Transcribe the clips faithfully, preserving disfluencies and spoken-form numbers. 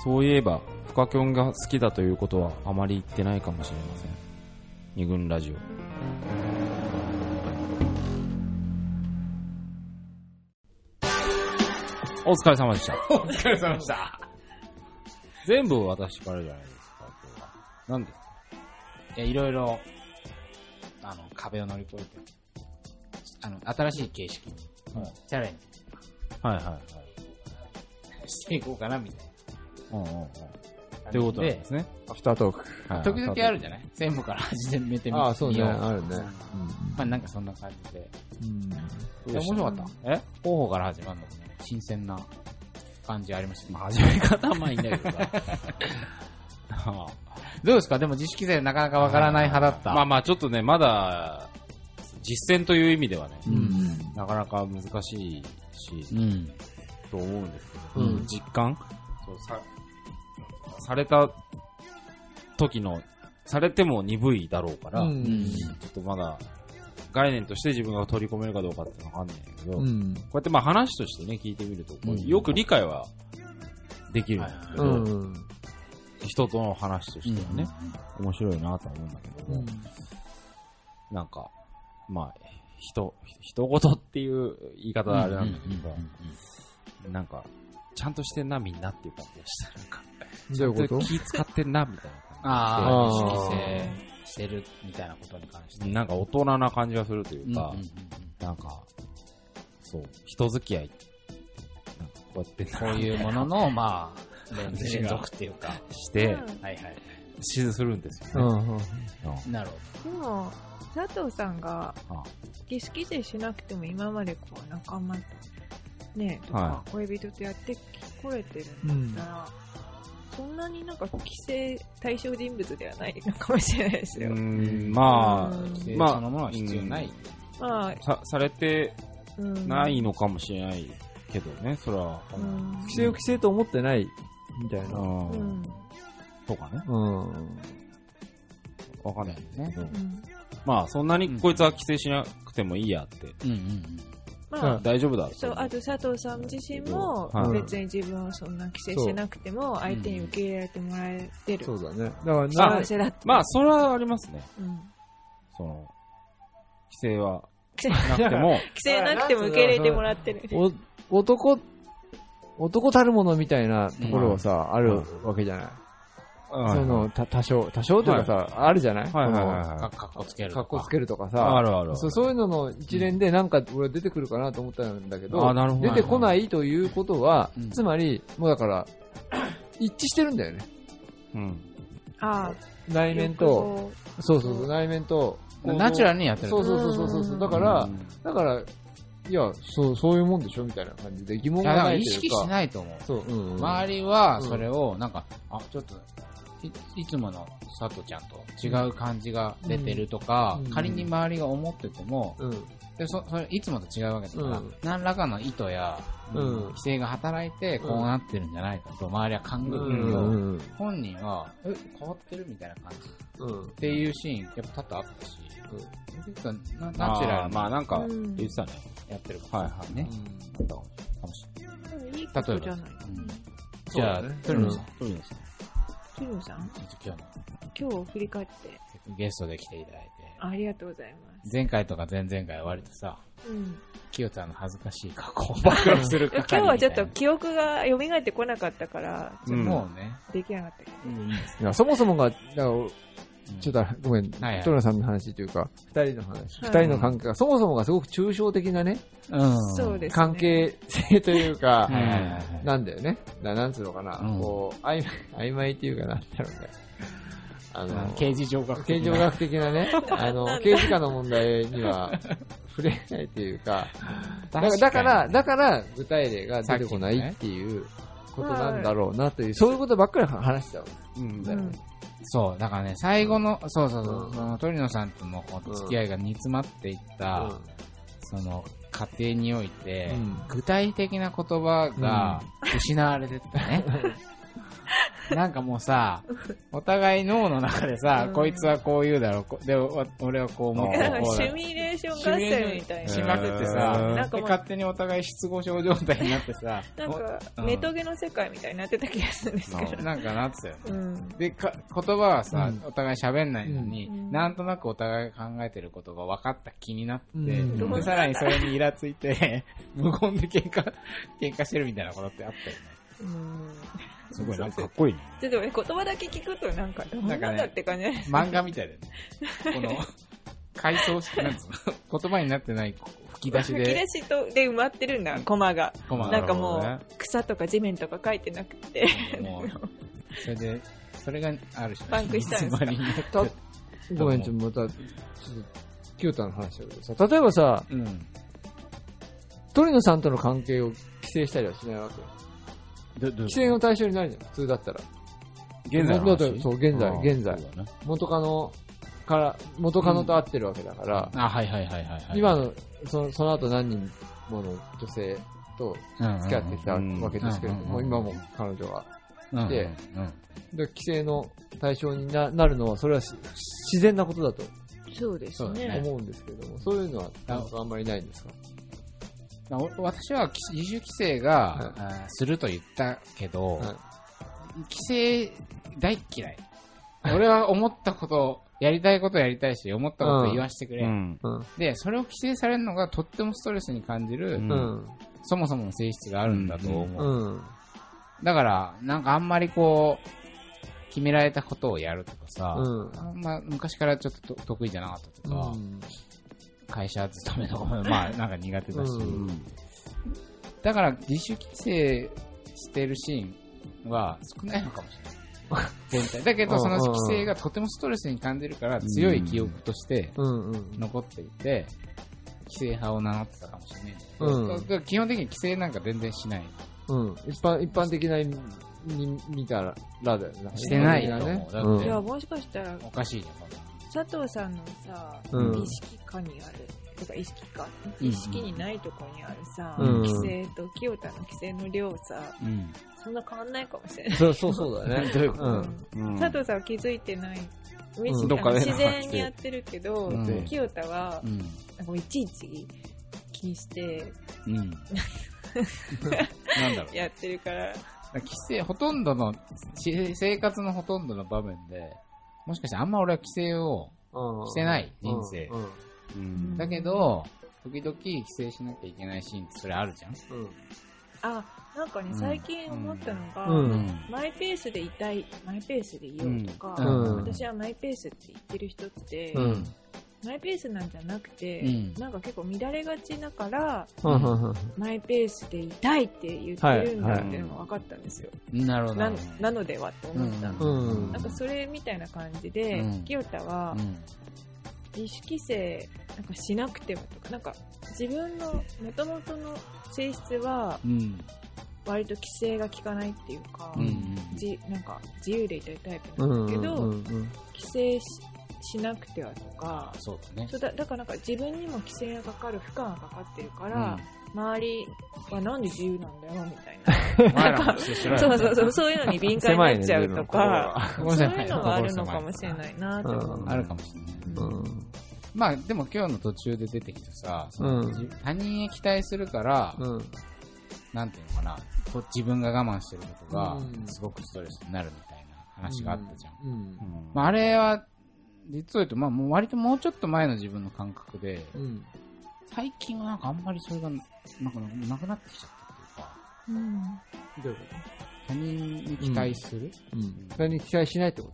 そういえばフカキョンが好きだということはあまり言ってないかもしれません。二軍ラジオ。お疲れ様でした。 お疲れ様でした。 全部私からじゃないですか、今日は。なんで？ いや、いろいろ、あの、壁を乗り越えて、あの、新しい形式、うん、チャレンジ。 はいはいはい。 していこうかな、みたいな。 うんうんうん。ということなんですね。 アフタートーク。 はい、時々あるじゃない？全部から始めてみよう。 ああ、そうね。あるね。うん、 まあなんかそんな感じで。 うん。 面白かった。え？方法から始まるのもね、新鮮な感じありましたね。 まあ、始め方はまあいいんだけどさ。 どうですか？でも自主規制なかなかわからない派だった。 まあまあちょっとね、まだ実践という意味ではね、 うん、 なかなか難しいし、 うん、 と思うんですけど、 うん、 実感そうさされた時のされても鈍いだろうから、うん、ちょっとまだ概念として自分が取り込めるかどうかってわかんないけど、うん、こうやってまあ話としてね聞いてみると、うん、よく理解はできるんですけど、うん、人との話としてはね、うん、面白いなとは思うんだけども、うん、なんかまあ人人事っていう言い方はあれなんだけど、なんかちゃんとしてんなみんなっていう感じがした。なんかどういうこと？ 気使ってんなみたいな感じで、 ああ、意識性してるみたいなことに関してなんか大人な感じがするというか、うんうんうん、なんかそう人付き合いなんかこうやってこういうもののまあ連続っていうかして、うん、 はいはいするんですよね。 うんうん、なるほど。でも佐藤さんが儀式でしなくても今までこう仲間とねとか、はい、恋人とやってこれてるんだったら、うん、そんなになんか規制対象人物ではないのかもしれないですよ。 うーんまあ、 規制そのものは必要ない。 まあ、 さ, されてないのかもしれないけどね、それは。 規制を規制と思ってないみたいな。 うん、 とかね。 うん。 わかんないね、うん。まあそんなにこいつは規制しなくてもいいやって。うんうんうんまあ、大丈夫だ。 そう、あと佐藤さん自身も別に自分をそんな規制しなくても相手に受け入れられてもらえてる。 そうだね。だから幸せだって。 まあそれはありますね。うん、その規制はなくても規制なくても受け入れてもらってる。 お男男たるものみたいなところはさ、うん、あるわけじゃない。うん、そのた多少多少というかさ、はい、あるじゃない。 はいはいはいはい。かっこつけるとか。 かっこつけるとかさ。 あるあるある。 そう、そういうのの一連でなんか俺出てくるかなと思ったんだけど、あなるほど出てこないということは、うん、つまりもうだから一致してるんだよね。 うん。ああ。 内面とそうそうそう内面とナチュラルにやってる。 そうそうそうそうそうだからだから。いや、そう、そういうもんでしょみたいな感じで疑問がないというか。 意識しないと思う。 そう、うんうん、 周りはそれをなんか、うん、あ、ちょっとい、いつもの佐藤ちゃんと違う感じが出てるとか、うん、仮に周りが思ってても、うん、で そ, それいつもと違うわけだから、うん、何らかの意図や、うん、規制が働いてこうなってるんじゃないかと周りは考えるけど、うん、本人はえ変わってるみたいな感じ、うん、っていうシーンやっぱ多々あったし、うん、ナ, ナチュラルにまあなんか言ってたね、 やってるかもしれないね。 うん、かもしれない。いいことじゃない。うん、 じゃあ、トリノさん。 トリノさん。トリノさん今日の。今日振り返って。 ゲストで来ていただいて。 ありがとうございます。 前回とか前々回は割とさ、うん、清田の恥ずかしい過去を暴露する今日はちょっと記憶が蘇ってこなかったから、 うん、もうね。 できなかったけど。うん、 いやそもそもが、ちょっとごめん、はいはい、トラさんの話というか、二人の話、二、はい、人の関係が、そもそもがすごく抽象的なね、 うん、そうですね、 関係性というか、なんだよね。ななんつうのかな、うん、こう、曖昧、曖昧っていうかなんだろうね。 あの、刑事上学的な。刑事上学的なね、あの、刑事課の問題には触れないというか、だから、だから、だから具体例が出てこないっていうことなんだろうなという、そういうことばっかり話しちゃう。うんだよね。うんそう、だからね、最後の、そうそうそう、うん、その鳥野さんとの付き合いが煮詰まっていった、うん、その過程において、うん、具体的な言葉が失われてったね。 なんかもうさ、お互い脳の中でさ、うん、こいつはこう言うだろう、で、俺はこう思ってこうだ。 シミュレーション合戦みたいな。 しまくってさ、なんか勝手にお互い失語症状態になってさ、 なんか、ネトゲの世界みたいになってた気がするんですけど。 なんかなってたよ。うん、でか、言葉はさ、うん、お互い喋んないのに、うん、なんとなくお互い考えてることが分かった気になって、うん、でさらにそれにイラついて、無言で喧嘩、喧嘩してるみたいなことってあったよね。 うんすごいなんかかっこいいね。 ちょっと言葉だけ聞くとなんか、なんかね、って感じないですか。漫画みたいだよね。この、回想式なんつうの言葉になってない吹き出しで。 吹き出しとで埋まってるんだ、コマが。コマなんかもう、ね、草とか地面とか書いてなくて。もうそれで、それがある種パンクしたんですか。ごめん、ちょっとまた、ちょっと、キュータの話だけどさ、例えばさ、うん、鳥野さんとの関係を規制したりはしないわけ。規制の対象になるじゃん、普通だったら。 現在の話そう、現在、現在。ね、元カノから、元カノと会ってるわけだから、 うん、あ、はいはいはいはい、はい。 今の、その、その後何人もの女性と付き合ってきたわけですけれども、今も彼女がいて、うんうん、で、規制の対象に な, なるのは、それは自然なことだと。 そうですね。 思うんですけども、そういうのは、なんかあんまりないんですか？ 私は自主規制が、はい、すると言ったけど、はい、規制大嫌い。俺は思ったこと、やりたいことやりたいし、思ったこと言わせてくれ、うんうん。で、それを規制されるのがとってもストレスに感じる、うん、そもそもの性質があるんだと思う。うん、だから、なんかあんまりこう、決められたことをやるとかさ、うん、あんま昔からちょっと得意じゃなかったとか、うん会社勤めとかもまあなんか苦手だし、うん、だから自主規制してるシーンは少ないのかもしれない全体だけどその規制がとてもストレスに感じるから強い記憶として残っていて規制派を名乗ってたかもしれないんだけど、うん、基本的に規制なんか全然しない、 うん、一般一般的なに見たらだよねしてないと思う、ね、だって、うん、 いやもしかしたらおかしいね佐藤さんのさ、うん、意識下にある、とか意識下、うん、意識にないところにあるさ、うん、規制と清田の規制の量さ、うん、そんな変わんないかもしれない。 そうそうそうだね。どういうこと、 うん、佐藤さんは気づいてない。うん、自然にやってるけど、うん、清田は、うん、なんかいちいち気にして、うん、なんだろうやってるから。 規制、ほとんどの、生活のほとんどの場面で、もしかしてあんま俺は規制をしてない人生、うんうん、だけど時々規制しなきゃいけないシーンってそれあるじゃん、うん、 あ、なんかね最近思ったのが、うん、マイペースでいたいマイペースでいようとか、うん、私はマイペースって言ってる人って、うん、マイペースなんじゃなくて、うん、なんか結構乱れがちだから、うん、マイペースでいたいって言ってるんだっていうのが分かったんですよ。 はいはい、なるほど な, なのではって思ったの、うん、なんかそれみたいな感じで、うん、清田は、うん、自主規制なんかしなくてもとか、なんか自分の元々の性質は、うん割と規制が効かないっていうか、うんうん、じなんか自由でいたいタイプなんだけど、うんうんうん、規制 し, しなくてはとか、 そうだね。 そうだ、だからなんか自分にも規制がかかる負荷がかかってるから、うん、周りはなんで自由なんだよみたいな、なんかそうそうそうそういうのに敏感になっちゃうとか、ね、そういうのがあるのかもしれないなと思う、 うん。あるかもしれない。うん、まあでも今日の途中で出てきたさ、その、うん、他人へ期待するから。うんなんていうのかな、自分が我慢してることがすごくストレスになるみたいな話があったじゃん。うんうんまあ、あれは実を言うと、まあ、もう割ともうちょっと前の自分の感覚で、うん、最近はなんかあんまりそれがなんかなくなってきちゃったっていうか、うん、どういうこと？他人に期待する、 うんうん、他人に期待しないってこと？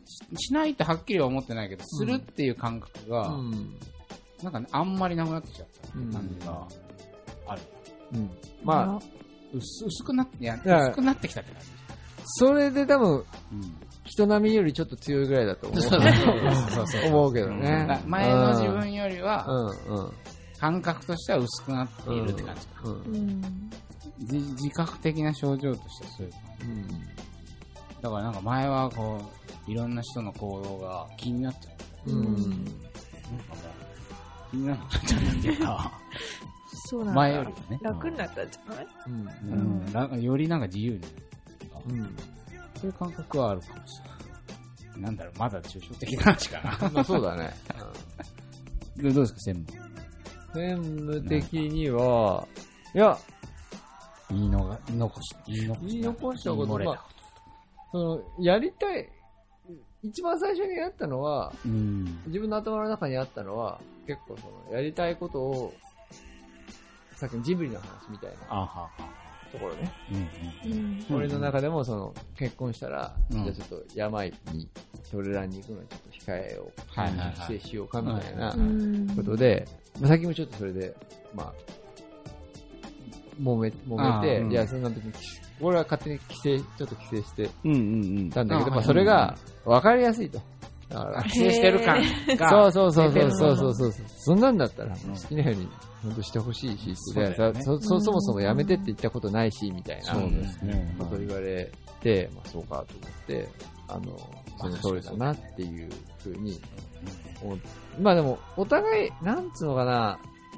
し, しないってはっきりは思ってないけど、するっていう感覚が、うん、なんか、ね、あんまりなくなってきちゃったっていう感じがある。 うん、まあ、 薄, 薄くなって、いや、薄くなってきたって感じ。 それで多分、うん、人並みよりちょっと強いぐらいだと思う。そうそうそう思うけどね。 前の自分よりは、うんうん、感覚としては薄くなっているって感じか、うんうん、自, 自覚的な症状としてはそういう感じ、うん。だからなんか前はこう、いろんな人の行動が気になっちゃう。うん。なんかもう、気になっちゃったっていうか、 そうなんだ。前よりね。楽になったんじゃない？うん。 うん。よりなんか自由になった。うん。 そういう感覚はあるかもしれない。なんだろう、まだ抽象的な話かな。 まあそうだね。 でどうですか、専務。専務的には、いや、 言いのが残し、 言い残言い残したこと、まあ、その、やりたい、一番最初にやったのは、うん、自分の頭の中にあったのは、結構その、やりたいことを、さっきのジブリの話みたいなところね。うんうん、俺の中でもその、結婚したら、うん、じゃあちょっと山にトレランに行くのにちょっと控えよう、はいはいはい、規制しようかみたいなことで、まあ、先もちょっとそれで、まあ、揉め、揉めて、うん、いや、そんな別に、俺は勝手に規制、ちょっと規制してたんだけど、まあそれが分かりやすいと。 だから規制してる感が。 そうそうそうそうそうそうそう。そんなんだったら、好きなように本当してほしいし、そそもそもやめてって言ったことないし、みたいなこと言われて、まあそうかと思って、あの、その通りだなっていうふうに思って。まあでも、お互い、なんつうのかな、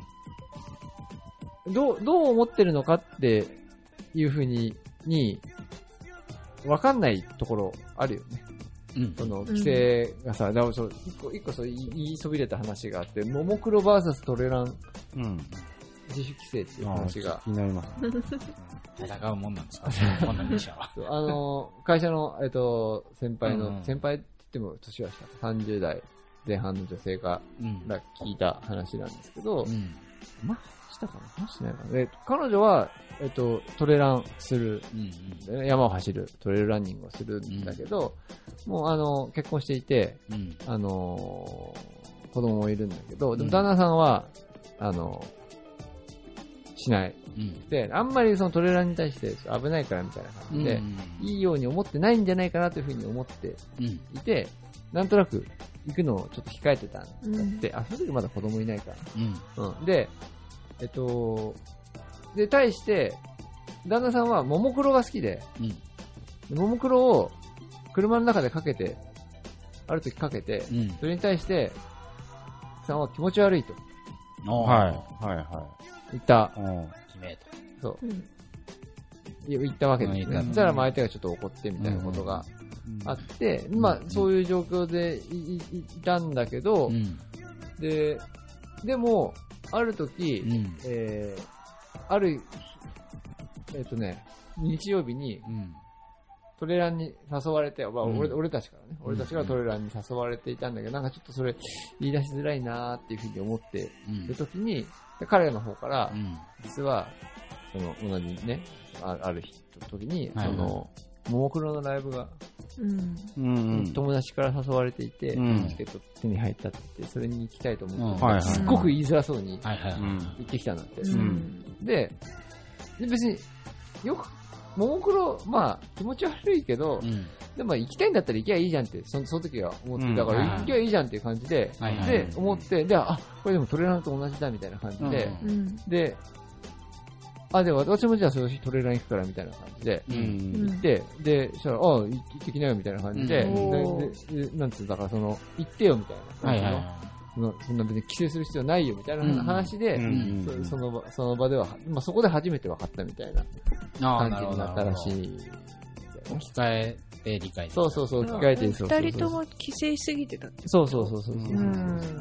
どう、どう思ってるのかっていうふうに、に、わかんないところあるよね。うん、その、規制がさ、だからそう、一個、一個そう言いそびれた話があって、ももクロ ブイエス トレラン、うん、自主規制っていう話が。 気になります、ね。 戦うもんなんですかこんなにしは。 あの、会社の、えっと、先輩の、うんうん、先輩って言っても年は下、さんじゅう代前半の女性が、が聞いた話なんですけど、うん、まあ、したかな話してないかな。で、彼女は、えっと、トレランする、うんうん、山を走る、トレイルランニングをするんだけど、うん、もうあの、結婚していて、うん、あのー、子供もいるんだけど、でも旦那さんは、あのー、しない。うん、で、あんまりそのトレーラーに対して危ないからみたいな感じで、うんうん、いいように思ってないんじゃないかなというふうに思っていて、うん、なんとなく行くのをちょっと控えてたんだって、うん、あ、その時まだ子供いないから。うんうん、で、えっと、で、対して、旦那さんはももクロが好きで、うん、ももクロを車の中でかけて、ある時かけて、うん、それに対して、さんは気持ち悪いと。 はい、はい、はい。 言った。 決めと。 そう。うん、言ったわけですね。そしたら相手がちょっと怒ってみたいなことがあって、うん、まあ、そういう状況で い, い, いたんだけど、うん、で、でも、ある時、うん、えー、ある、えっとね、日曜日に、うん、トレランに誘われて、まあ、俺、うん、俺たちからね、俺たちがトレランに誘われていたんだけど、なんかちょっとそれ言い出しづらいなーっていうふうに思っている時に、で彼の方から、うん、実は、その、同じね、あ, ある日の時に、はい、その、ももクロのライブが、うん、友達から誘われていて、うん、チケット手に入ったって言って、それに行きたいと思って、うんはいはい、すっごく言いづらそうに行ってきたんだって。うん、で、で別によく、ももクロ、まあ気持ち悪いけど、うん、でも行きたいんだったら行きゃいいじゃんって、そ, その時は思って、うん、だから行きゃいいじゃんっていう感じで、はいはい、で、思って、で、あ、これでもトレーラーと同じだみたいな感じで、うん、で、あ、で、私もじゃあその日トレーラー行くからみたいな感じで、うん、行って、で、そしたら、あ、行ってきなよみたいな感じで、うん、で, でなんつうだからその、行ってよみたいな感じの、はいはい、そんな別に規制する必要ないよみたいな話で、うん、そ, の場その場では、まあ、そこで初めて分かったみたいな感じになったらしい。 置き換えて理解できた。 そうそうそう、置き換えて、そうそうそう。 二人とも規制しすぎてたって。 そうそうそうそう。 うん、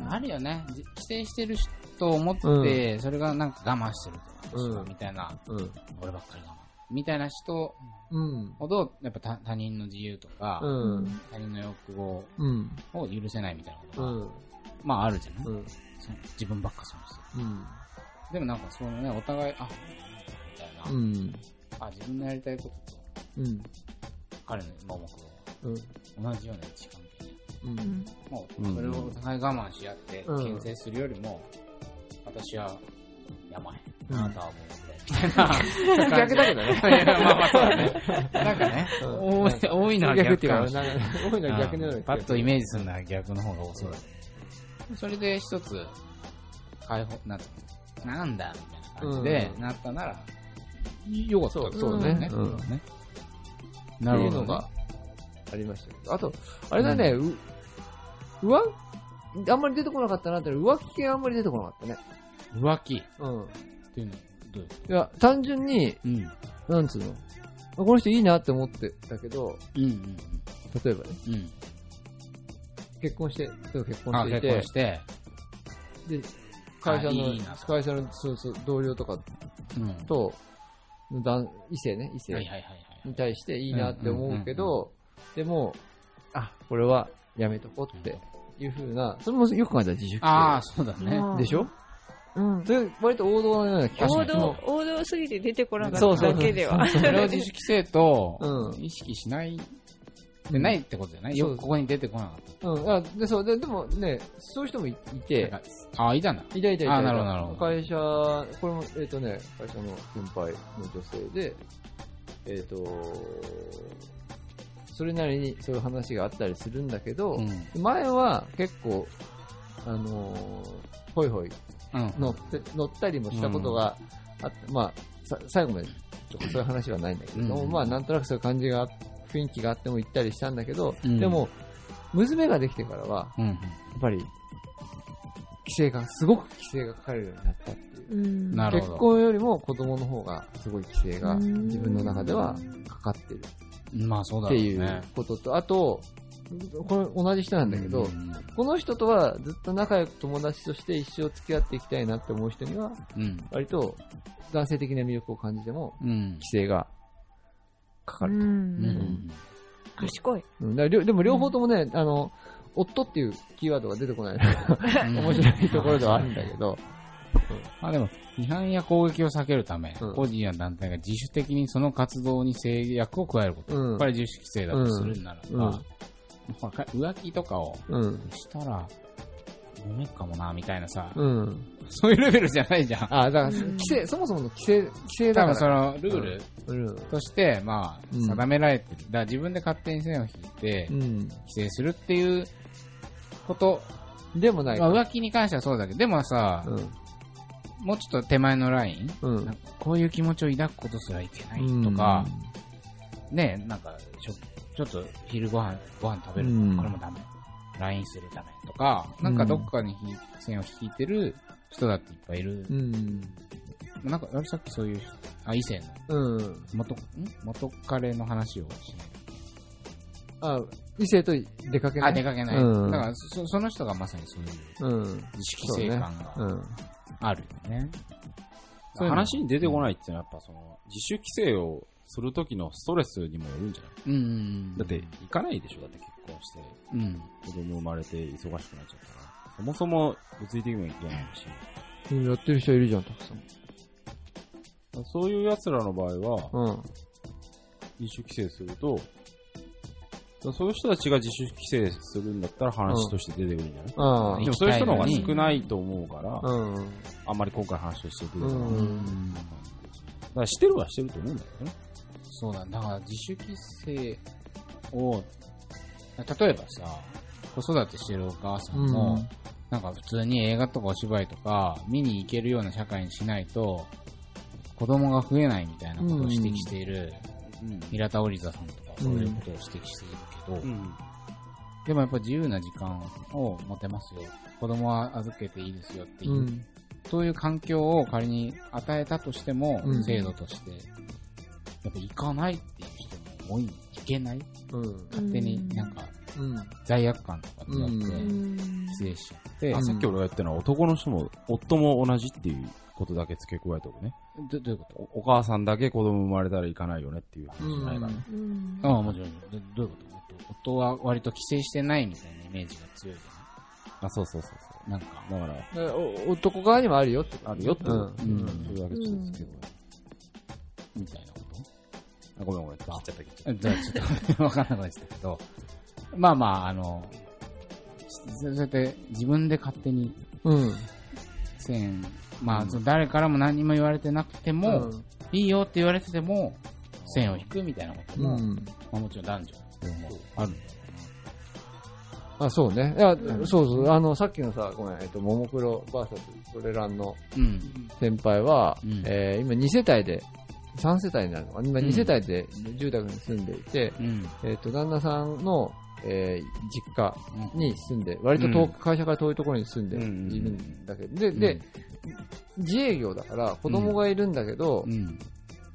あるよね。規制してると思って、うん、それがなんか我慢してるとか、うん、みたいな、うん、俺ばっかり我慢。みたいな人ほど、やっぱ他人の自由とか、うん、他人の欲望を許せないみたいなことが、うん、まああるじゃない、うん、自分ばっかそうです、うん、でもなんかそのね、お互い、あ、みたいな、うん、あ、自分のやりたいことと、うん、彼の盲目を、うん、同じような位置関係で、うん、もうそれをお互い我慢し合って牽制するよりも、うん、私は山へ、うん、あなたはもうみたいな逆だけどね。 まあまあそうだね。なんかね、多い、多いのは逆かもしれない。 多いのは逆のように。 パッとイメージするのは逆の方が多そうだ。それで一つ、解放、なんつうの、なんだみたいな感じで、なったなら、よかった。 そうそうね。なるほど。っていうのがありました。あと、あれだね、う、浮気、あんまり出てこなかったなって、浮気系あんまり出てこなかったね。 浮気うん。っていうのどういういや、単純に、うん、なんつうのこの人いいなって思ってたけど、 うんうん、 例えばね、 うん、 結婚して、結婚していて、 結婚して、 で、会社の、いい会社のそうそう同僚とかと、うん、異性ね、異性に対していいなって思うけど、でも、あ、これはやめとこうっていう風な、それもよく考えたら自主規制。 ああ、そうだね。 でしょ？うん。それ割と王道のような気がします。 王道、王道すぎて出てこなかっただけでは。 それを自主規制と意識しない、でないってことじゃない？よくここに出てこなかった。 うん。あでそうででもね、そういう人もいて、 ああ、いたんだ。 いたいたいた。 あなるほどなるほど。 会社、これもえっとね、会社の先輩の女性で、えっと。それなりにそういう話があったりするんだけど、うん、前は結構、あのー、ほいほい乗って、うん、乗ったりもしたことがあって、うん、まあ、最後までちょっとそういう話はないんだけど、うん、まあなんとなくそういう感じが、雰囲気があっても行ったりしたんだけど、うん、でも、娘ができてからは、うん、やっぱり、規制が、すごく規制がかかるようになったっていう。うん、なるほど。結婚よりも子供の方がすごい規制が自分の中ではかかってる。 まあそうだろうね。 っていうことと、あと、これ同じ人なんだけど、うん、この人とはずっと仲良く友達として一生付き合っていきたいなって思う人には、うん、割と男性的な魅力を感じても、うん、規制がかかると。うんうん、 賢い。 うん、だからでも両方ともね、あの、夫っていうキーワードが出てこない面白いところではあるんだけど、 まあでも、批判や攻撃を避けるため、うん、個人や団体が自主的にその活動に制約を加えること。うん、これ自主規制だとするならば、うんまあ、浮気とかをしたら、ダメかもな、みたいなさ、うん、そういうレベルじゃないじゃん。 あ、だから、規制、そもそもの規制、規制だから。 多分その、ルールとして、まあ、定められてる。だから自分で勝手に線を引いて、規制するっていうこと、 でもない。 まあ、浮気に関してはそうだけど、でもさ、うんもうちょっと手前のライン、うん、こういう気持ちを抱くことすらいけないとか、うん、ねなんかちょ、ちょっと昼ご飯、ご飯食べる、うん、これもダメ。ライン するダメとか、なんかどっかに線を引いてる人だっていっぱいいる。うん、なんか、あれさっきそういう、あ、異性の、うん、元、ん元彼の話をしない。あ、異性と出かけない。 あ、出かけない。うん、だからそ、その人がまさにそういう、自主規制感が。あるよね。 話に出てこないっていうのはやっぱその自主規制をするときのストレスにもよるんじゃない？うんうんうん、だって行かないでしょだって結婚して、うん、子供生まれて忙しくなっちゃったらそもそも物理的にも行けないし。 やってる人いるじゃんたくさん。そういう奴らの場合は、うん、自主規制すると。そういう人たちが自主規制するんだったら話として出てくるんじゃない、うん、でもそういう人の方が少ないと思うから、うん、あんまり今回話として出てくる、うん、だからしてるはしてると思うんだよね。 そうだ、だから自主規制を、例えばさ、子育てしてるお母さんも、うん、なんか普通に映画とかお芝居とか見に行けるような社会にしないと、子供が増えないみたいなことを指摘している、うん、平田織座さんとかそういうことを指摘しているけど、うん、でもやっぱ自由な時間を持てますよ。子供は預けていいですよっていう、うん、そういう環境を仮に与えたとしても、うん、制度として、やっぱ行かないっていう人も多い、行けない、うん、勝手になんか、うん、罪悪感とかによって規制しちゃって、 うん、さっき俺が言ったのは男の人も夫も同じっていうことだけ付け加えておくね。 ど, どういうこと？ お母さんだけ子供生まれたら行かないよねっていう話じゃないかな。 うん、ああ、もちろん。ど, どういうこと？夫は割と規制してないみたいなイメージが強いじゃない？ あ、そうそうそうそう。なんか、だから、 男側にもあるよって。 あるよって。うん。うん。それだけちょっと付け加えて。 みたいなこと？ あ、ごめんごめん。切っちゃった切っちゃった。 じゃあちょっとわかんなくなっちゃったけど、まあまあ、あの、そうやって自分で勝手に、うん。線、まあ、うん、誰からも何も言われてなくても、うん、いいよって言われてても、線を引くみたいなことも、うん、まあ、もちろん男女でもあるんだろうな。あ、そうね。いや、うん、そうそう。あの、さっきのさ、ごめん、えっと、ももクロ ブイエス トレランの先輩は、うん、えー、今に世帯で、さん世帯になるのか。今に世帯で住宅に住んでいて、うん、えっと、旦那さんの、えー、実家に住んで、割と遠く、うん、会社から遠いところに住んでいるんだけど、で、で、自営業だから子供がいるんだけど、うん、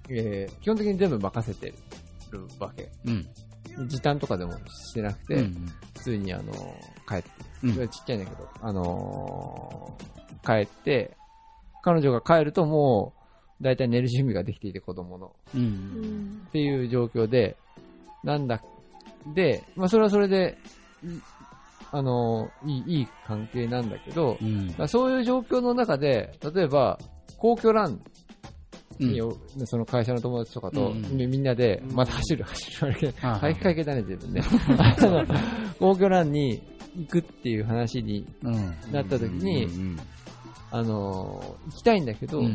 えー、基本的に全部任せてるわけ。うん。時短とかでもしてなくて、うん、普通にあの、帰って、うん、ちっちゃいんだけど、あのー、帰って、彼女が帰るともう、だいたい寝る準備ができていて子供の、うん、っていう状況で、なんだ、で、まあそれはそれで、あのー、いい、いい関係なんだけど、うん、まあ、そういう状況の中で、例えば、皇居ランに、うん、その会社の友達とかと、うん、みんなで、また走る、走るわけ。体育会系だね、自分ね。皇居ランに行くっていう話になった時に、あのー、行きたいんだけど、うん、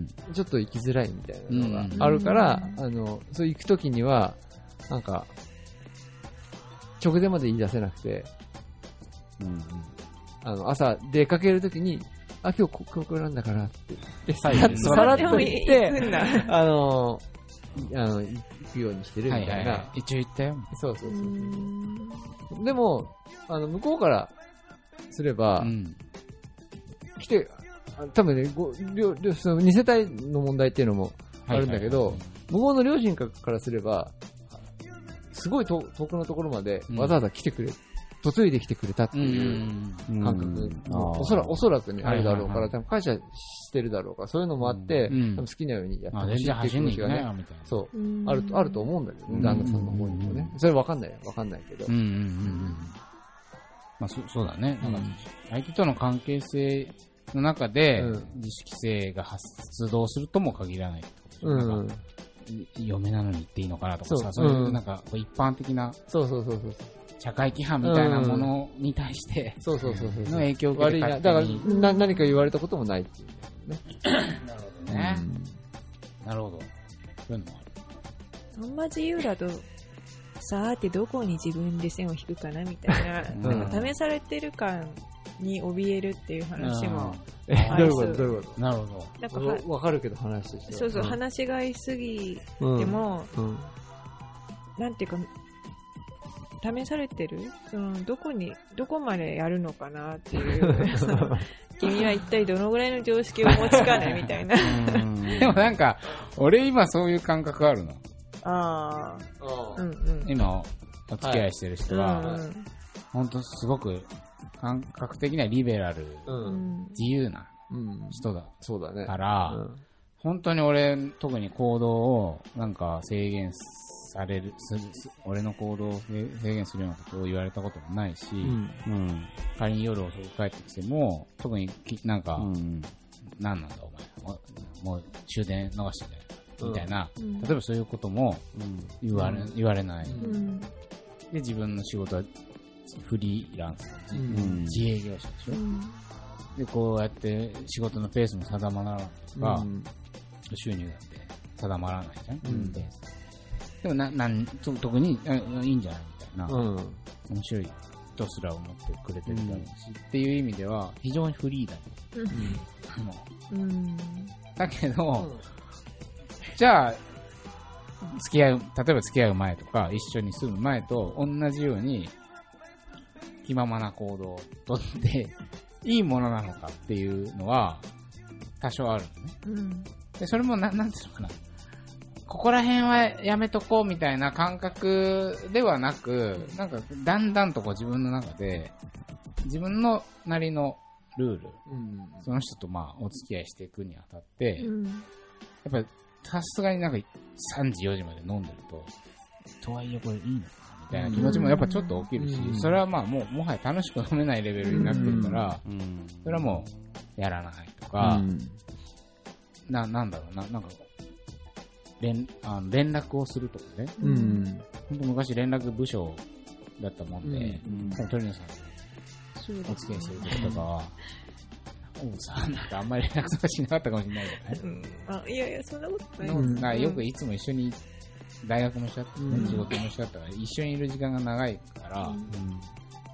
ちょっと行きづらいみたいなのがあるから、うん、あの、そう行く時には、なんか、直前まで言い出せなくて、うん、あの、朝出かける時に、あ、今日ここなんだからって言って、さらっと言って、あの、あの、行くようにしてるみたいな。はいはいはい、 一応言ったよ。 そうそうそうそう。でも、あの、向こうからすれば、うん、来て、多分ね、ご両両そのに世帯の問題っていうのもあるんだけど、はいはいはい、向こうの両親からすれば、すごい遠くのところまでわざわざ来てくれ、うん、嫁いできてくれたっていう感覚もおそらおそらくね、あるだろうから、多分感謝してるだろうから、そういうのもあって、うん、多分好きなようにやってほしいっていう気持ちがね、そう、あると、あると思うんだけどね、旦那さんの方にもね。それわかんないよ、わかんないけど。うんうんうんうん、 まあそ、そうだね。なんか相手との関係性の中で、自主規制が発動するとも限らないってことですよね。嫁なのに言っていいのかなとかさ、そういうなんか一般的な、 そうそうそうそう。 社会規範みたいなものに対して、 そうそうそうそう。 の影響を受けてだからな、何か言われたこともないっていうね。 なるほどね。なるほど。そういうのもある。あんま自由だと、さーてどこに自分で線を引くかなみたいな、なんか試されてる感に怯えるっていう話もえ、どういうことどういうことなるほど。 なんかわかるけど話としてそうそう、話しがいすぎても、なんていうか、試されてるそのどこに、どこまでやるのかなっていう、その君は一体どのぐらいの常識を持ちかねみたいな。 でもなんか、俺今そういう感覚あるの。 ああ。うんうん。今、お付き合いしてる人は、はい、ほんとすごく感覚的にはリベラル、うん、自由な人だ。 そうだね。 から、うん、本当に俺、特に行動をなんか制限される、す俺の行動を制限するようなことを言われたこともないし、うんうん、仮に夜遅く帰ってきても、特になんか、うん、何なんだお前、もう終電逃してね、みたいな、うん、例えばそういうことも言われ、うん、言われない、うん。で、自分の仕事はフリーランス、うん、自営業者でしょ、うん、で、こうやって仕事のペースも定まらないとか、うん、収入だって定まらないじゃん、うん、ペース。でもな、なん、特にいいんじゃないみたいな、うん、面白いとすら思ってくれてるだろうし、うん、っていう意味では非常にフリーだね。うんうん、だけど、うん、じゃあ、付き合う、例えば付き合う前とか、一緒に住む前と同じように、気ままな行動をとって、いいものなのかっていうのは、多少あるのね。うん、でそれもな、なんていうのかな。ここら辺はやめとこうみたいな感覚ではなく、なんかだんだんとこう自分の中で自分のなりのルール、うん、その人とまあお付き合いしていくにあたって、うん、やっぱりさすがになんかさんじよじまで飲んでると、とはいえこれいいのかなみたいな気持ちもやっぱちょっと起きるし、うん、それはまあもうもはや楽しく飲めないレベルになってるから、うん、それはもうやらないとか、うん、な、なんだろうな、なんか連, あの連絡をするとかね、うん、本当昔連絡部署だったもんで、うんうん、鳥野さんお付き合いしてる時とかは、おうさんなんかあんまり連絡とかしなかったかもしれないじゃない、うん、あいやいやそんなことない、 うん、なんかよくいつも一緒に大学も一緒だった、ね、うん、仕事も一緒だったから一緒にいる時間が長いから、うん、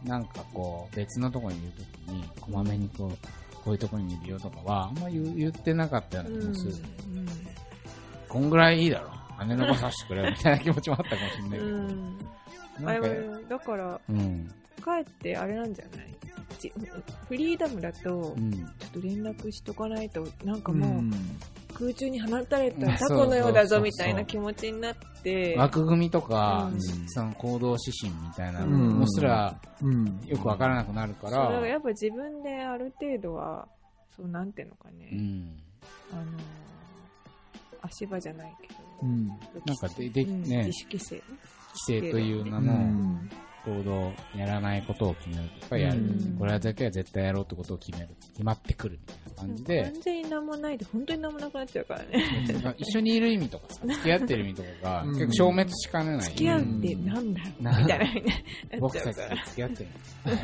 なんかこう別のところにいる時にこまめにこうこういうところにいるよとかはあんまり 言, 言ってなかったような気もする、うんうん、こんぐらいいいだろ姉の子させてくれみたいな気持ちもあったかもしれないけど、うん、 なんかだから、うん、帰ってあれなんじゃないフリーダムだと、うん、ちょっと連絡しとかないとなんかもう、うん、 空中に放たれたタコのようだぞみたいな気持ちになって、 枠組みとか、うん、その行動指針みたいなのすら、うん、よくわからなくなるから、 うん、やっぱ自分である程度はそうなんていうのかね、うん、あの足場じゃないけど、 うん、なんかでで、ね、 自主規制規制という名の行動、やらないことを決めるとかやる、うん、これだけは絶対やろうってことを決める、決まってくるみたいな感じで、 完全に何もないで本当に何もなくなっちゃうからね一緒にいる意味とかさ、付き合ってる意味とかが結構消滅しかねない、 付き合うってなんだろうみたいな僕たちが付き合ってる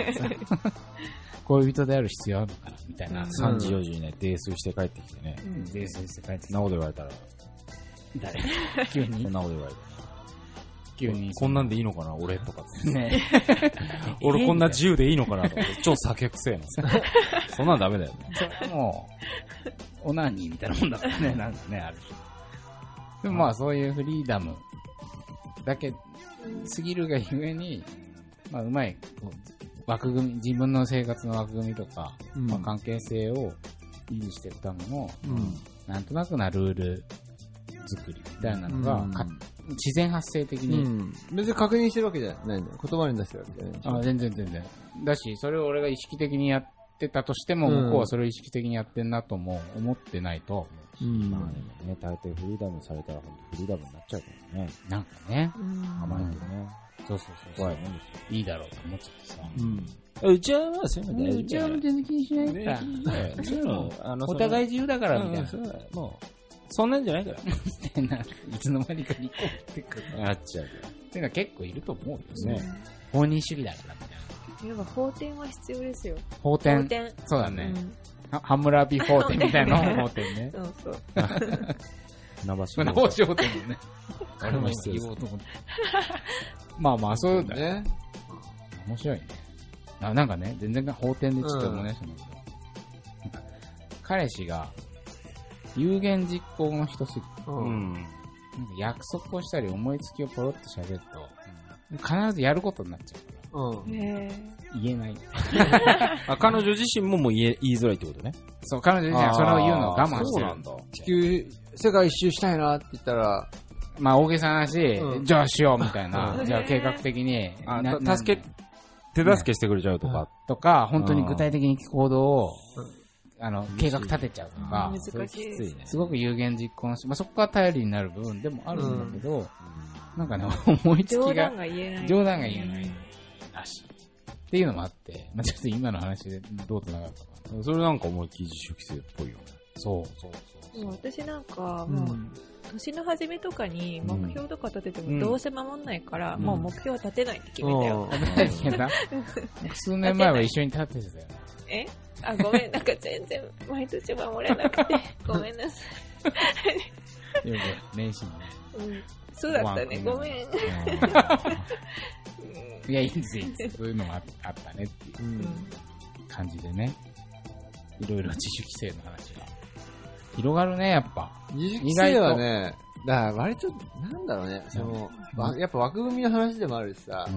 恋人である必要あるのかなみたいな、 さんじよじにね泥酔して帰ってきてね、 うん、泥酔して帰ってきて、 そんなこと言われたら誰急にそんなこと言われたら急にこんなんでいいのかな俺とかね俺こんな自由でいいのかなとか超酒くせえのそんなんダメだよねもうオナニーみたいなもんだからねなんかねあるでもまあそういうフリーダムだけすぎるがゆえに、まあうまい枠組み、自分の生活の枠組みとか、うんまあ、関係性を維持していくための、うん、なんとなくなルール作りみたいなのが、うん、自然発生的に、うん、 別に確認してるわけじゃないんだよ。言葉に出してるわけじゃない。 あ、全然全然。だし、それを俺が意識的にやってたとしても、うん、向こうはそれを意識的にやってんなとも思ってないと。 うん、まあね、大体フリーダムされたら本当フリーダムになっちゃうからね。 なんかね。 甘えてね。 そうそうそう。怖いもんですよ。いいだろうと思っちゃってさ。 うん。うちはまあそういうの大丈夫。 うちは全然気にしないから。そういうの、あの、お互い自由だからみたいな。 もう、そんなんじゃないから。 いつの間にか離婚ってくる。 なっちゃう。 っていうのは結構いると思うんですね。法認主義だからみたいな。やっぱ法典は必要ですよ。 法典。そうだね。ハムラビ法典みたいな法典ね。 そうそう。 名橋法典もね。あれも必要と思って。まあまあ、そういうのね。面白いね。あ、なんかね、全然法典でちょっと思い出したんだけど、なんか彼氏が有言実行の人すぎて、うん、なんか約束をしたり思いつきをポロッと喋ると、うん、必ずやることになっちゃうから、うん、言えない。 あ、彼女自身ももう言え、言いづらいってことね。 そう、彼女自身はそれを言うのを我慢してる。そうなんだ。 地球、世界一周したいなって言ったら、 まあ大げさな話、うん、じゃあしようみたいな、じゃあ計画的に、 あな助け、手助けしてくれちゃうとか。 とか、本当に具体的に行動を、あの、計画立てちゃうとか、 難しいですね。 すごく有言実行のし、まあそこから頼りになる部分でもあるんだけど、うん、なんかね、思いつきが、 冗談が言えない。 冗談が言えないらしい。っていうのもあって、まあちょっと今の話でどうつながるか。 それなんか思いっきり自主規制っぽいよね。 そうそうそう。 私なんか、もう、年の初めとかに目標とか立ててもどうせ守んないから、うん、もう目標は立てないって決めたよ。 立てない数年前は一緒に立ててたよ。 えあ、ごめん、なんか全然毎年守れなくて、ごめんなさい。よく年始にね。 うん。そうだったね、ごめん。 いや、いいんですよ。そういうのもあったねっていう感じでね。いろいろ自主規制の話が。広がるね、やっぱ。 自主規制はね、だから割と、なんだろうね、その、うん、やっぱ枠組みの話でもあるしさ、うん、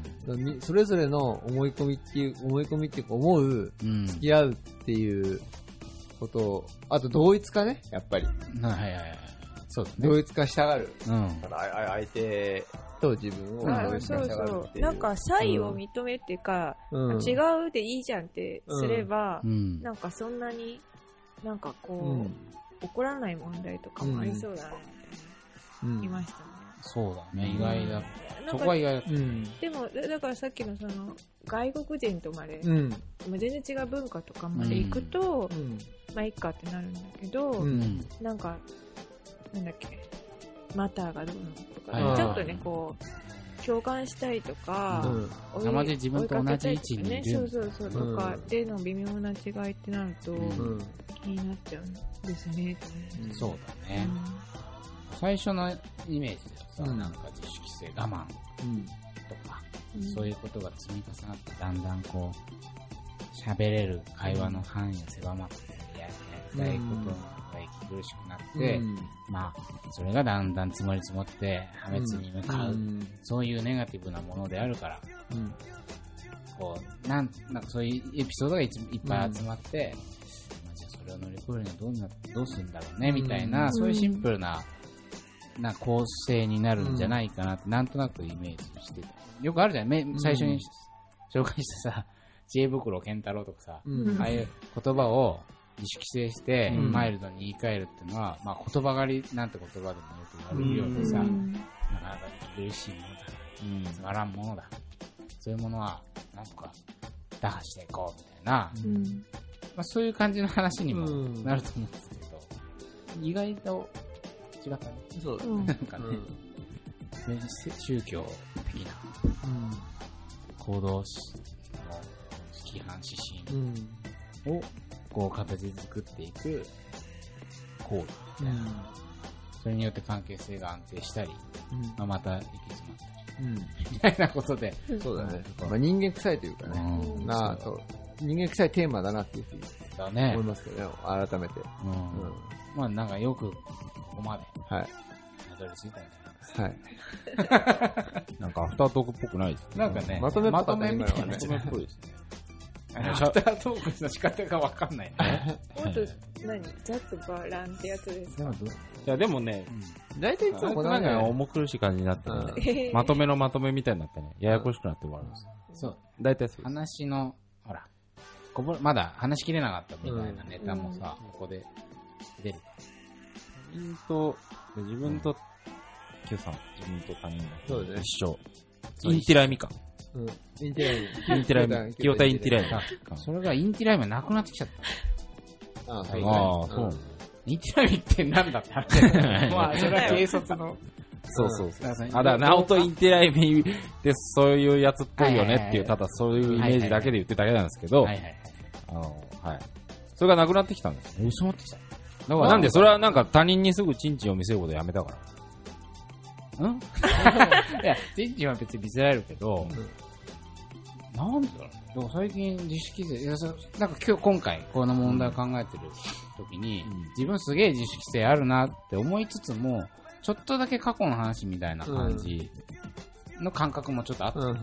それぞれの思い込みっていう、思い込みっていうか思う、うん、付き合うっていうことを、あと同一化ね、やっぱり。 はいはいはい。そうだね。 同一化したがる。うん。だから相手と自分を同一化したがるっていう。 なんか差異を認めっていうか、うん、違うでいいじゃんってすれば、うん、なんかそんなに、なんかこう、うん、起こらない問題とかもありそうだなって言いましたね。 そうだね、意外だ。そこは意外だった。 でも、だからさっきのその、外国人とまで、うん、全然違う文化とかまで行くと、うん、まあいいかってなるんだけど、うん、なんか、なんだっけ、マターがどうのとか、ちょっとね、こう、共感したいとか、 うん、生で自分と同じ位置にいる、 ね、そうそうそうとか、うん、での微妙な違いってなると、うん、気になっちゃうんですね。 うん、そうだね、うん。最初のイメージではさ、うん、なんか自主規制我慢とか、うん、そういうことが積み重なってだんだんこう喋れる会話の範囲が狭まってやりたいことが息苦しくなって、うん、まあそれがだんだん積もり積もって破滅に向かう、うん、そういうネガティブなものであるから、うん、こうなんなんかそういうエピソードがいっぱい集まって、うん、まあ、じゃあそを乗り越えるにはどうな、どうするんだろうね、みたいな、うん、そういうシンプルな、な構成になるんじゃないかなって、なんとなくイメージしてた。よくあるじゃん、め最初に紹介したさ、知恵袋健太郎とかさ、うん、ああいう言葉を自主規制して、うん、マイルドに言い換えるっていうのは、まあ言葉狩りなんて言葉でもよく言われるようにさ、うん、なかなか嬉しいものだ、うん、つまらんものだ。そういうものは、なんとか打破していこうみたいな、うんまあ、そういう感じの話にもなると思うんですけど、うん、意外と違ったね。 そうだね。なんかね、うん、宗教的な行動の規範指針をこう形作っていく行為みたいな、うん、それによって関係性が安定したり、うんまあ、また行き詰まったり。うん、みたいなことで。 そうだね。まあ、人間臭いというかね。うん、なあと人間臭いテーマだなっていうふうに思いますけどね、改めて。うんうん、 まあなんかよくここまで。 はい。 たどり着いたんじゃないですか。 はい。なんかアフタートークっぽくないですね。 なんかね、 まとめっぽかったね、 まとめみたいな。 まとめっぽいですね。 アフタートークの仕方がわかんないね。 もっと、何ざっとバランってやつですか？ いや、でもね、 大体いつもこのなんか重苦しい感じになってね、まとめのまとめみたいになってね、ややこしくなって終わるんですよ。 そう。 大体そう。 話の、ほら、こぼまだ話しきれなかったみたいなネタもさ、ここで出る。 自分と、自分と、Q さん、自分と他人そうですね。 一緒。インティライミか。 うん。インティライミ。 インティライミ。清田インティライミか。 それがインティライミはなくなってきちゃった。 ああ、そう。 インティライミってなんだって話。まあ、それは軽率の。 そうそうそう。あ、だから、ナオトインティライミでそういうやつっぽいよねっていう、ただそういうイメージだけで言ってるだけなんですけど、はいはいはい。あの、はい。それがなくなってきたんですよ。 薄まってきた。 だからなんで、それはなんか他人にすぐチンチンを見せることをやめたから。 んいや、チンチンは別に見せられるけど、うん、なんでだろうね。でも最近自主規制、いやなんか今日今回この問題を考えてる時に、うん、自分すげえ自主規制あるなって思いつつも、ちょっとだけ過去の話みたいな感じの感覚もちょっとあった。うん、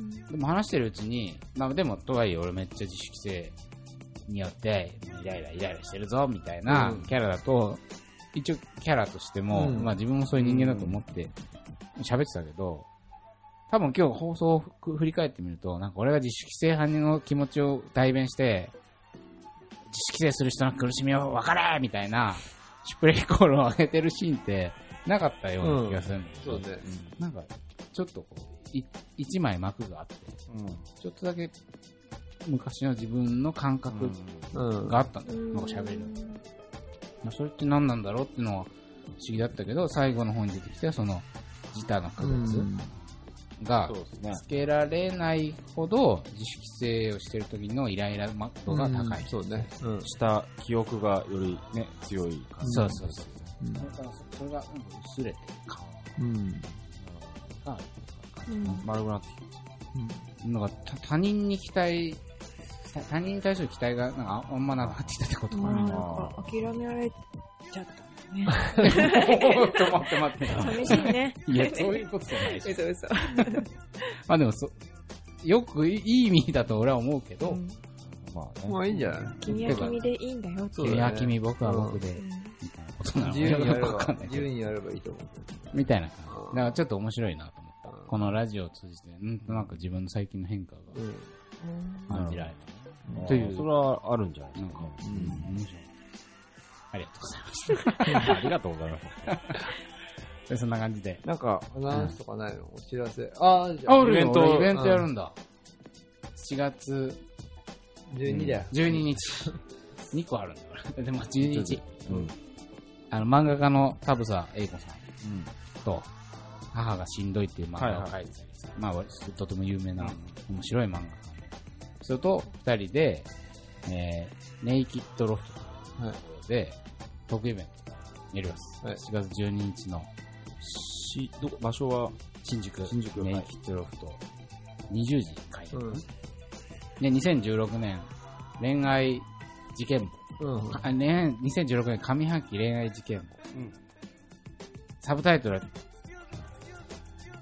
でも話してるうちに、まあでもとはいえ俺めっちゃ自主規制によってイライライライラしてるぞみたいなキャラだと、一応キャラとしても、うん、まあ自分もそういう人間だと思って喋ってたけど、多分今日放送を振り返ってみると、なんか俺が自主規制派の気持ちを代弁して、自主規制する人の苦しみを分かれみたいな、シュプレイコールを上げてるシーンってなかったような気がするんだけど、うん、そうね、うん、なんかちょっとこう、い一枚幕があって、うん、ちょっとだけ昔の自分の感覚があったんだよ、うん、なんか喋る。それって何なんだろうっていうのは不思議だったけど、最後の方に出てきたその自他の区別がつけられないほど自主規制をしている時のイライラ度が高い。 そうね。した記憶がよりね強い感じ。 そうそうそう。うん、だからそれがなんか薄れてる感が丸くなってきて、なんか他人に期待他人に対する期待がなんかあんまなくなってきたってことかな。なんか諦められちゃったね。 ちょっと待って待って。 寂しいね。 いや、そういうことじゃないし。 嘘嘘。 まあでもそ、よくいい意味だと俺は思うけど、うん、 まあね。まあいいんじゃない？ 君は君でいいんだよって。 君は君、僕は僕で、みたいなことなの。 自由にやれば、自由にやればいいと思う。 みたいな感じ。だからちょっと面白いなと思った。このラジオを通じて、なんとなく自分の最近の変化が感じられた。 という、それはあるんじゃないですか。 うん、面白い。ありがとうございました。 ありがとうございました。 で、そんな感じで。 なんか、アナウンスとかないの？お知らせ。 ああ、じゃあ、イベント、イベントやるんだ。しがつじゅうにだよ。 じゅうににち。にこあるんだから。でも、じゅうににち。うん。あの、漫画家の田房英子さんと、母がしんどいっていう漫画を描いてたりさ、まあ、とても有名な、面白い漫画家。それと二人で、えー、ネイキッドロフトというところで、トークイベントやります。はい、しがつじゅうににちのしど場所は新宿、 新宿ネイキッドロフト、にじゅうじ開演、うん、で、にせんじゅうろくねん恋愛事件簿、うん、ね、にせんじゅうろくねん上半期恋愛事件簿、うん、サブタイトルは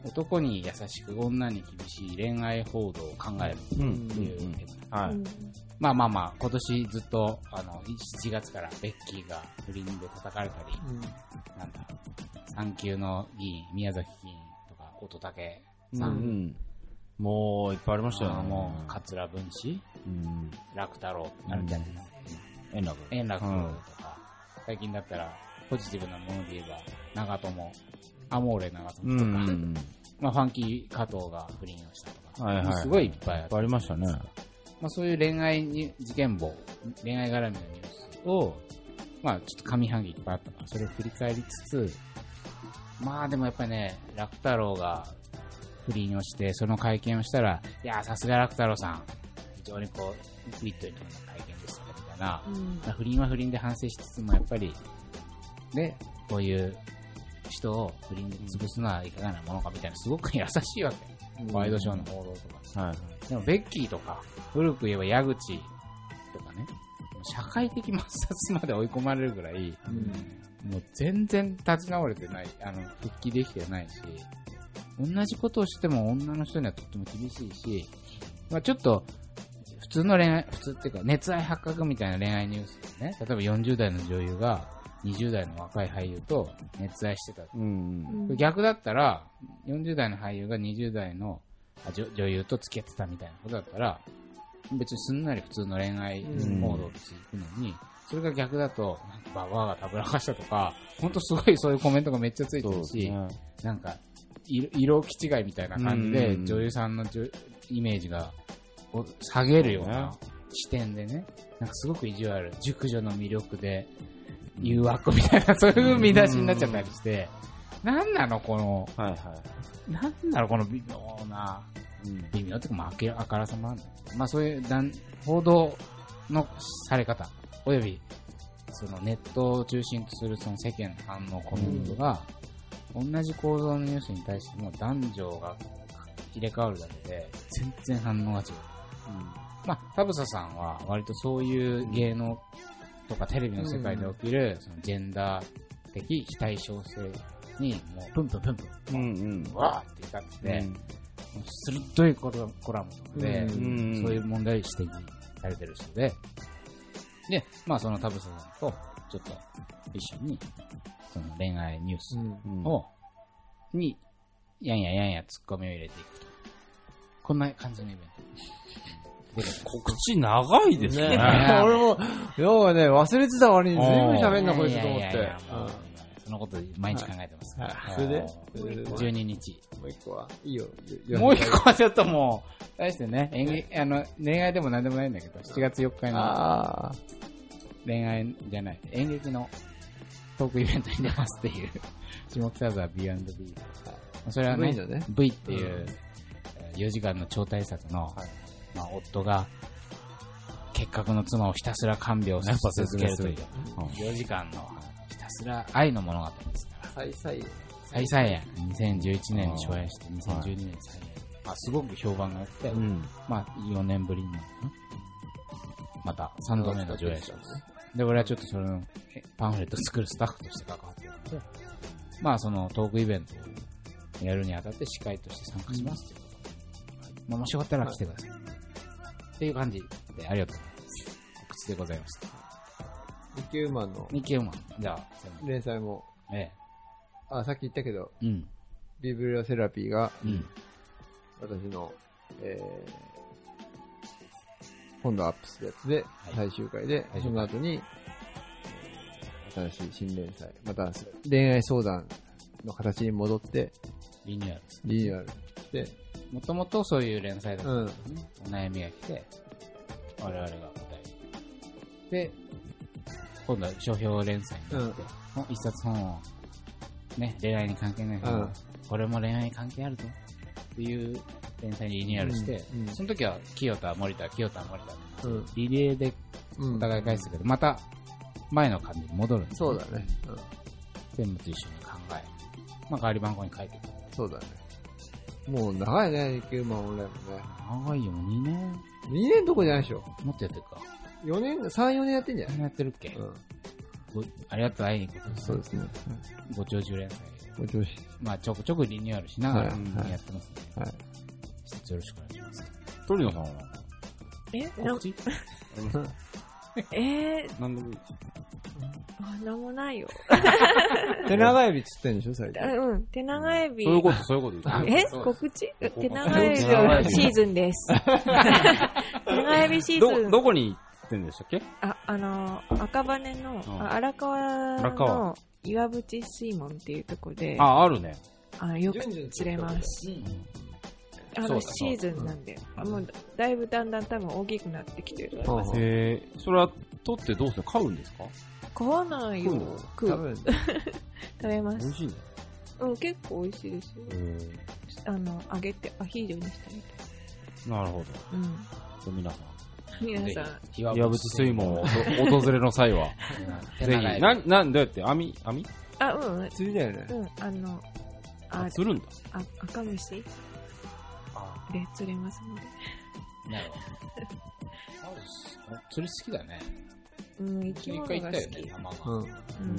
男に優しく女に厳しい恋愛報道を考えるっていう、うんうんはい、まあまあまあ今年ずっとあのしちがつからベッキーが不倫で叩かれたり、うん、なんだ産休の議員宮崎議員とか乙武さん、うんうん、 もういっぱいありましたよね。 もう桂文枝、うん、楽太郎あるんじゃないかな、 円楽円楽とか、うん、最近だったらポジティブなもので言えば長友アモーレ長友とか、うんうん、まあファンキー加藤が不倫をしたとか、はいはいはい、すごいいっぱいあって、 ありましたね。 まあそういう恋愛に事件簿、恋愛絡みのニュースをまあちょっと上半期いっぱいあったからそれを振り返りつつ、まあでもやっぱりね楽太郎が不倫をしてその会見をしたら、いやさすが楽太郎さん非常にこうグイッというような会見でしたねみたいな、うんまあ、不倫は不倫で反省しつつもやっぱりねこういう人を不倫で潰すのはいかがなものかみたいなすごく優しいわけ、うん、ワイドショーの報道とか、はい、でもベッキーとか古く言えば矢口とかね社会的抹殺まで追い込まれるぐらい、うん、もう全然立ち直れてない、あの復帰できてないし、同じことをしても女の人にはとっても厳しいし、まあ、ちょっと普通の恋愛、普通っていうか熱愛発覚みたいな恋愛ニュースですね。例えばよんじゅう代の女優がにじゅう代の若い俳優と熱愛してた、うんうん、逆だったらよんじゅう代の俳優がにじゅう代の女, 女優と付き合ってたみたいなことだったら別にすんなり普通の恋愛モードで続くのに、うん、それが逆だとなんかババアがたぶらかしたとかほんとすごいそういうコメントがめっちゃついてるし、ね、なんか色気違いみたいな感じで女優さんのイメージが下げるような視点でね、なんかすごく意地悪、熟女の魅力で誘惑みたいなそういう見出しになっちゃったりして、なんなのこの、はいはい、なんなのこの微妙な、うん、微妙っていうかまああからさまなんだ、まあそういう報道のされ方およびそのネットを中心とするその世間の反応コメントが、うん、同じ構造のニュースに対しても男女が入れ替わるだけで全然反応が違う。うん、まあ田房さんは割とそういう芸能とかテレビの世界で起きるそのジェンダー的非対称性にもうプンプンプンプン、うんうん、わーって歌ってて、うん、鋭いコラムとかで、うんうん、そういう問題を指摘されてる人で、でまあその田房さんとちょっと一緒にその恋愛ニュースを、うん、にやんややんやツッコミを入れていくと、こんな感じのイベント。 告知長いですね。ね俺も、要はね、忘れてた割に随分喋んな、こいつと思って。 そのこと毎日考えてます。 はいはい、それでじゅうににち。 もう一個はいいよ。 もう一個はちょっともう、大してね、演劇、あの、恋愛でも何でもないんだけど、しちがつよっかの恋愛じゃない、演劇のトークイベントに出ますっていう、下北沢 ビーアンドビー。それはね、ね V っていうよじかんの超大作の、はいまあ、夫が結核の妻をひたすら看病し続けるというよじかんのひたすら愛の物語ですから。 再再演。 再再演。にせんじゅういちねんに初演してにせんじゅうにねんに再演。まあ、すごく評判が良くて、うん、まあよねんぶりにまたさんどめの上演します。で、俺はちょっとそれのパンフレット作るスタッフとして関わっているので、まあそのトークイベントをやるにあたって司会として参加しますということで、まあ、もしよかったら来てください。っていう感じでありがとうございます。告知でございました。 日経ウーマンの。 日経ウーマン。じゃあ、 連載も。 ええ。 あ、さっき言ったけど。 うん。 ビブリオセラピーが、 うん。 私の、えー、今度アップするやつで、最終回で、はい、その後に、新しい新連載、また恋愛相談の形に戻って、 リニューアルです、 リニューアルして、 もともとそういう連載だったんですね。うん、お悩みが来て、我々が答えで、今度は書評連載になって、うん、一冊本を、ね、恋愛に関係ない本、うん、これも恋愛に関係あるぞっていう連載にリニューアルして、うんうん、その時は清田、森田、清田、森田って、うん、リレーでお互い返すけど、うん、また前の感じに戻るんです、ね、 そうだね。うん、 全部と一緒に考え、まあ、代わり番号に書いていく。 そうだね。もう長いね、日経ウーマンオンラインもね。 長いよ、にねん。 にねんどこじゃないでしょ。 もっとやってるか。 よねん、さん、よねんやってんじゃない？ やってるっけ？うん。ありがとう、会いに行くこと。 そうですね。 ご長寿連載。 お調子。 まあちょくちょくリニューアルしながらやってますね。はい。一つよろしくお願いします。 鳥野さんはえ告知えー、 なんでもいい。 あ、なんもないよ。 手長エビ釣ってんでしょ、最近。 うん、手長エビ。 そういうこと、そういうことえ告知手長エビシーズンです。手長エビシーズン。 ど、どこに行ってんでしたっけ？ あ、あの、赤羽の、あ荒川の岩淵水門っていうとこで。 あ、あるね。 あ、よく釣れます。あの、シーズンなんで。もう、だいぶだんだん多分大きくなってきてる。 へえ、それは取ってどうする？飼うんですか？ 買わないよ。食う。食べ食べます。 美味しいね。 うん、結構美味しいですよ。あの、揚げてアヒージョにしたみたい。 なるほど。 うん。 皆さん。 皆さん。 岩淵水門を訪れの際は、ぜひ。な、なん、どうやって網網あ、うん。 釣りだよね。 うん、あの、 あ、釣るんだ。 あ、赤虫で釣れますので。 なるほど。釣り好きだね。 うん、生き物が好き。一回行ったよね、 浜が。うん。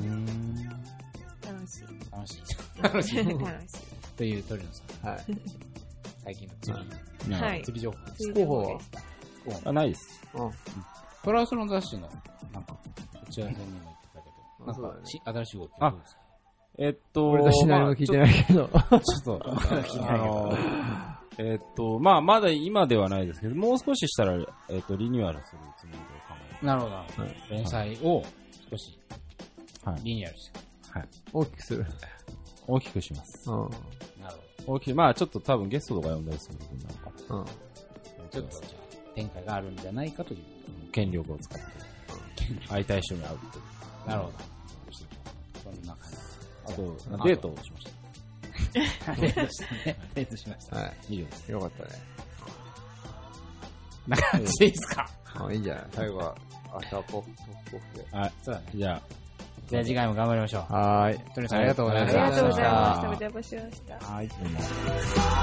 楽しい。 楽しい。 楽しい。楽しい。 という鳥野さん。はい。最近の釣り。はい。釣り情報。 広報はあ、ないです。 うん。トラウスの雑誌の、なんか、打ち合わせにも言ってたけど、なんか、新しい動きはどうですか？ えっと、 俺たち何も聞いてないけど。ちょっと、あの、えっと、まあ、まだ今ではないですけど、もう少ししたら、えっと、リニューアルするつもりで考えて。 なるほど。連載を少し、リニューアルして。 はい。大きくする。 大きくします。 なるほど。大きく、まあ、ちょっと多分ゲストとか呼んだりすることになるかも。うん。 ちょっと、じゃあ、展開があるんじゃないかという。 権力を使って、会いたい人に会うという。 なるほど。そんな感じ。 あと、デートをしました。 デートしたね。デートしました。 はい。いいです。よかったね。 な感じでいいですか？ あ、いいんじゃない？最後は、朝ポップポップで。 はい。そうだね。じゃあ、 じゃあ次回も頑張りましょう。 はーい。 トニーさんありがとうございました。 ありがとうございました。お邪魔しました。 はい。